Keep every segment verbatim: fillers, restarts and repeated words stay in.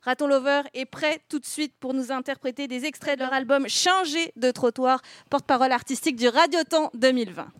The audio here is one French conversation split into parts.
Raton Lover est prêt tout de suite pour nous interpréter des extraits de leur album Changer de trottoir, porte-parole artistique du Radioton deux mille vingt.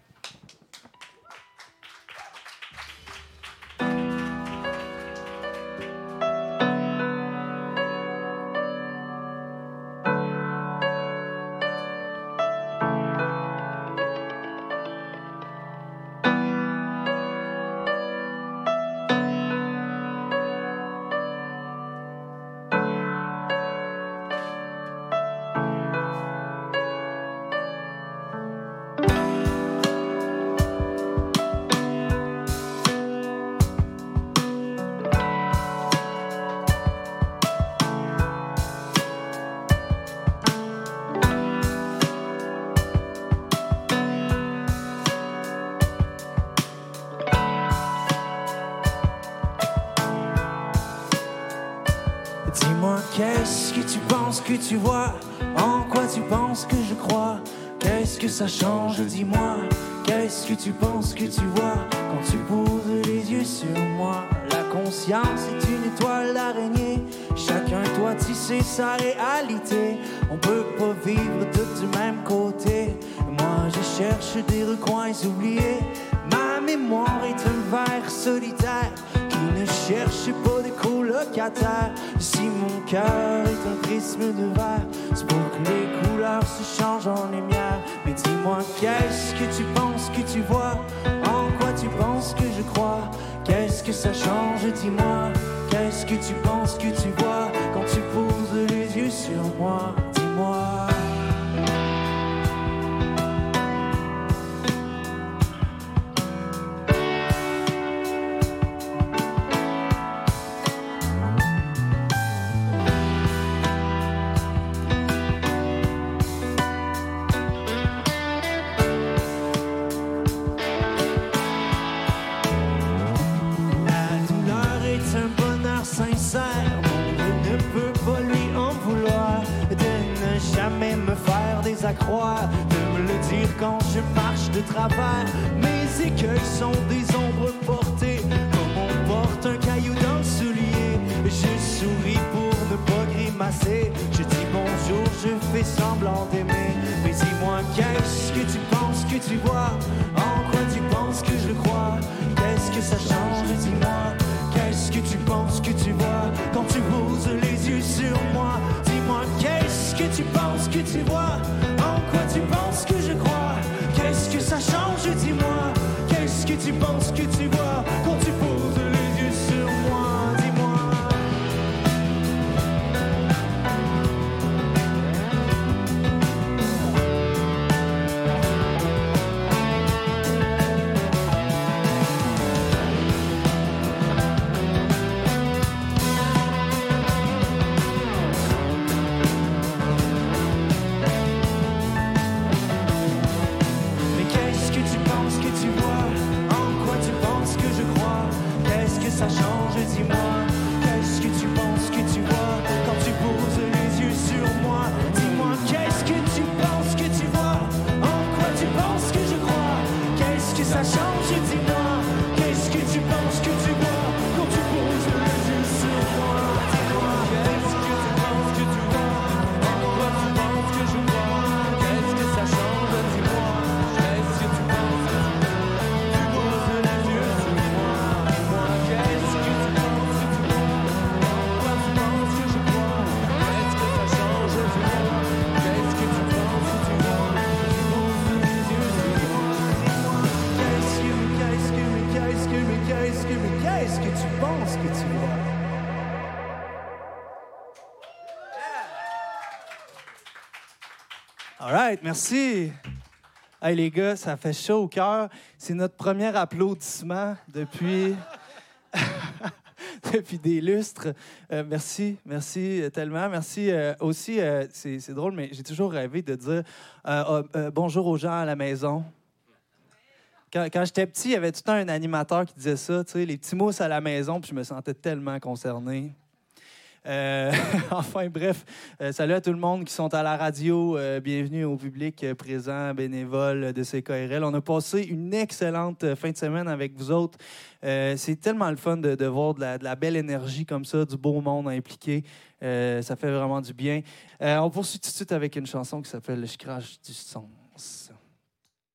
Qu'est-ce que tu penses que tu vois? En quoi tu penses que je crois? Qu'est-ce que ça change? Dis-moi. Qu'est-ce que tu penses que tu vois quand tu poses les yeux sur moi? La conscience est une étoile d'araignée. Chacun doit tisser sa réalité. On peut pas vivre tous du même côté. Moi je cherche des recoins oubliés. Ma mémoire est un ver solitaire qui ne cherche pas de colocataire. Si mon cœur est un prisme de verre, c'est pour que les couleurs se changent en lumière. Mais dis-moi, qu'est-ce que tu penses que tu vois? En quoi tu penses que je crois? Qu'est-ce que ça change? Dis-moi, qu'est-ce que tu penses que tu vois quand tu poses les yeux sur moi? Dis-moi. Croire, de me le dire quand je marche de travers. Mes écueils sont des ombres portées, comme on porte un caillou dans le soulier. Je souris pour ne pas grimacer. Je dis bonjour, je fais semblant d'aimer. Mais dis-moi, qu'est-ce que tu penses que tu vois? En quoi tu penses que je crois? Qu'est-ce que ça change? Dis-moi, qu'est-ce que tu penses que tu vois quand tu poses les yeux sur moi? Dis-moi, qu'est-ce que tu penses que tu vois? Tu penses que je crois? Qu'est-ce que ça change? Dis-moi. Qu'est-ce que tu penses que tu vois quand tu poses les yeux sur moi? Dis-moi. Ça change, dis-moi, qu'est-ce que tu penses que tu vois quand tu poses les yeux sur moi? Dis-moi, qu'est-ce que tu penses que tu vois? En quoi tu penses que je crois? Qu'est-ce que ça change, dis-moi? Qu'est-ce que tu penses que tu vois quand tu poses les yeux sur moi? Dis-moi, qu'est-ce que tu penses que tu vois? En quoi tu penses que je vois? Qu'est-ce que ça change, dis-moi? Qu'est-ce que tu penses que tu vois? Tu poses les yeux sur moi. Dis-moi, qu'est-ce que tu penses que tu vois? En quoi tu penses que je crois? Qu'est-ce que ça change, dis-moi? Qu'est-ce que tu penses que tu vois? Tu poses les yeux sur moi. Dis-moi, qu'est-ce que, qu'est-ce que, mais qu'est-ce que, mais qu'est-ce que, mais qu'est-ce que tu penses que tu vois? All right, merci. Hey les gars, ça fait chaud au cœur. C'est notre premier applaudissement depuis, depuis des lustres. Euh, merci, merci tellement. Merci euh, aussi, euh, c'est, c'est drôle, mais j'ai toujours rêvé de dire euh, euh, bonjour aux gens à la maison. Quand, quand j'étais petit, il y avait tout le temps un animateur qui disait ça, tu sais, les petits mousses à la maison, puis je me sentais tellement concerné. Euh, enfin, bref, euh, salut à tout le monde qui sont à la radio. Euh, bienvenue au public euh, présent, bénévole de C K R L. On a passé une excellente euh, fin de semaine avec vous autres. Euh, c'est tellement le fun de, de voir de la, de la belle énergie comme ça, du beau monde impliqué. Euh, ça fait vraiment du bien. Euh, on poursuit tout de suite avec une chanson qui s'appelle « Je crache du sens ».